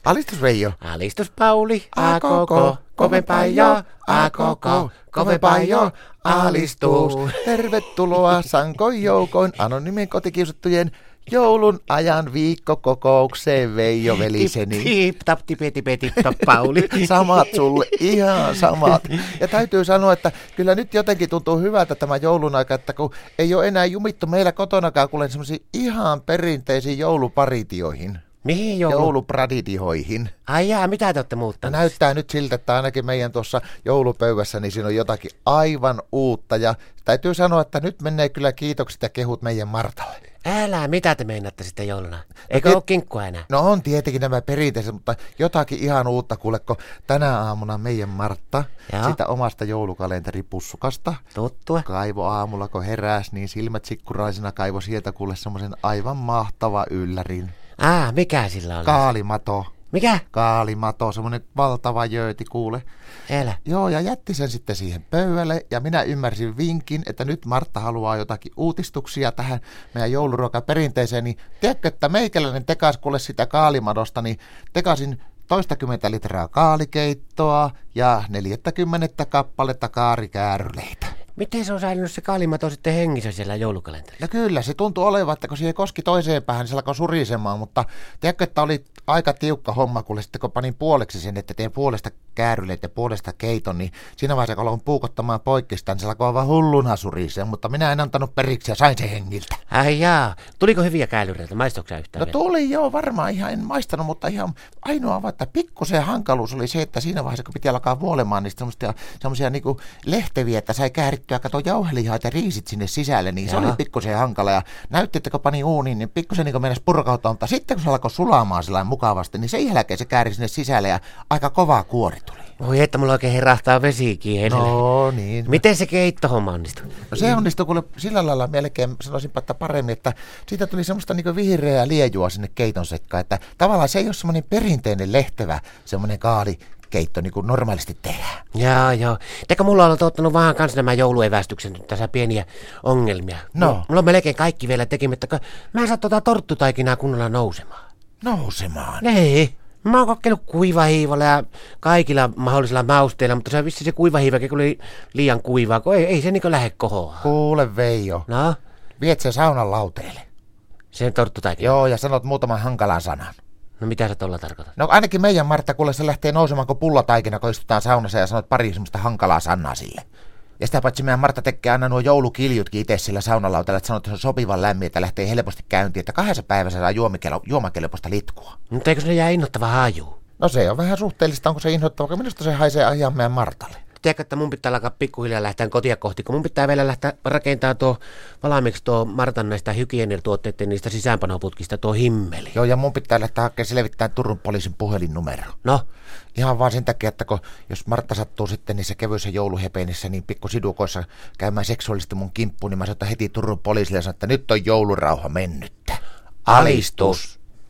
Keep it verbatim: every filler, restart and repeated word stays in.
Alistus Veijo. Alistus Pauli. A koko, kovempaa jo. A koko, kovempaa jo. Alistus. Tervetuloa sankoin joukoin anonyymien kotikiusattujen joulun ajan viikkokokoukseen, Veijo veliseni. Tip tap tipe tipe tip tap Pauli. Samat sulle, ihan samat. Ja täytyy sanoa, että kyllä nyt jotenkin tuntuu hyvältä tämä joulun aika, että kun ei ole enää jumittu meillä kotonakaan, kuulen semmoisiin ihan perinteisiin jouluparitioihin. Mihin joulu? Joulupraditioihin. Ai jaa, mitä te olette Ja muuttaneet? näyttää nyt siltä, että ainakin meidän tuossa joulupöydässä, niin siinä on jotakin aivan uutta. Ja täytyy sanoa, että nyt menee kyllä kiitokset ja kehut meidän Martalle. Älä, mitä te meinaatte sitten jouluna? Eikö et- ole kinkkua enää? No on tietenkin nämä perinteiset, mutta jotakin ihan uutta, kuuleko, tänä aamuna meidän Martta Joo. sitä omasta joulukalenteripussukasta Tuttua. kaivo aamulla, kun heräs, niin silmät sikkuraisina kaivo sieltä kuule semmoisen aivan mahtava yllärin. Ah, mikä sillä on? Kaalimato. Mikä? Kaalimato, semmoinen valtava jööti kuule. Elä. Joo, ja jätti sen sitten siihen pöydälle, ja minä ymmärsin vinkin, että nyt Martta haluaa jotakin uutistuksia tähän meidän jouluruokaperinteeseen, niin tiedätkö, että meikäläinen tekas kuule sitä kaalimadosta, niin tekasin toistakymmentä litraa kaalikeittoa ja neljättäkymmenettä kappaletta kaarikääryleitä. Miten se on säilynyt se kaalimato sitten hengissä siellä joulukalenterissa? No kyllä, se tuntui olevan, että kun siihen koski toiseen päähän, niin se alkoi surisemaan, mutta tiedätkö, että oli aika tiukka homma, kun sitten kun panin puoleksi sen, että teen puolesta kääryleet ja puolesta keiton, niin siinä vaiheessa kun aloin puukottamaan poikki sitä, niin se alkoi aivan hulluna suriseen, mutta minä en antanut periksi ja sain sen hengiltä. Ai jaa, tuliko hyviä käylyreitä? Maistoiko sä yhtään No vielä? tuli joo, varmaan ihan en maistanut, mutta ihan ainoa vaan, että pikkusen hankaluus oli se, että siinä vaiheessa kun piti alkaa vuolemaan niistä semmoisia, semmoisia niinku lehteviä, että sai käärittyä kato jauhelihaat ja riisit sinne sisälle, niin se Jaa. oli pikkusen hankala ja näytti, että kun pani uuniin, niin pikkusen niin mennäisi purkautua, mutta sitten kun se alkoi sulamaan sellainen mukavasti, niin sen jälkeen se kääri sinne sisälle ja aika kova kuori tuli. Voi että mulla oikein herahtaa vesikin edelle. No niin. Miten se keittohomma onnistui? No se onnistui kuule sillä lailla melkein, sanoisinpa, että paremmin, että siitä tuli semmoista niin vihreää liejua sinne keiton sekkaan, että tavallaan se ei ole semmoinen perinteinen lehtevä, semmoinen kaalikeitto niin kuin normaalisti tehdään. Jaa, joo. Teikö mulla on ottanut vähän kans nämä jouluevästykset nyt tässä pieniä ongelmia? No. Mulla on melkein kaikki vielä tekemättä, kun mä en saa tota torttutaikinaa kunnolla nousemaan. Nousemaan. Ei. Mä oon kokeillut kuivahiivalla ja kaikilla mahdollisilla mausteilla, mutta se vissi se kuivahiivakin oli liian kuivaa, kun ei, ei se niinku lähde kohoa. Kuule Veijo, No, viet sen saunan lauteelle. sen torttutaikina. Joo, ja sanot muutaman hankalan sanan. No mitä sä tolla tarkoitat? No ainakin meidän Martta, kuule se lähtee nousemaan kuin pullataikina, kun istutaan saunassa ja sanot pari semmoista hankalaa sanaa sille. Ja sitä paitsi meidän Martta tekee aina nuo joulukiljutkin itse sillä saunalautalla, että sanoo, että se on sopivan lämmin, että lähtee helposti käyntiin, että kahdessa päivässä saa juomikelo- juomakelpoista litkua. Mutta eikö se jää innoittava haju? No se on vähän suhteellista, onko se inhoittava, kun minusta se haisee ihan meidän Martalle. Tiedätkö, että mun pitää alkaa pikkuhiljaa lähteä kotia kohti, kun mun pitää vielä lähteä rakentamaan tuo valmiiksi tuo Martan näistä hygieniltuotteiden niistä sisäänpanoputkista tuo himmeli. Joo, ja mun pitää lähteä hakemaan selvittämään Turun poliisin puhelinnumero. No, Ihan vaan sen takia, että kun, jos Martta sattuu sitten niissä kevyissä jouluhepeinissä, niin pikku sidukoissa käymään seksuaalisesti mun kimppuun, niin mä saatan heti Turun poliisille ja sanon, että nyt on joulurauha mennyttä. alistus.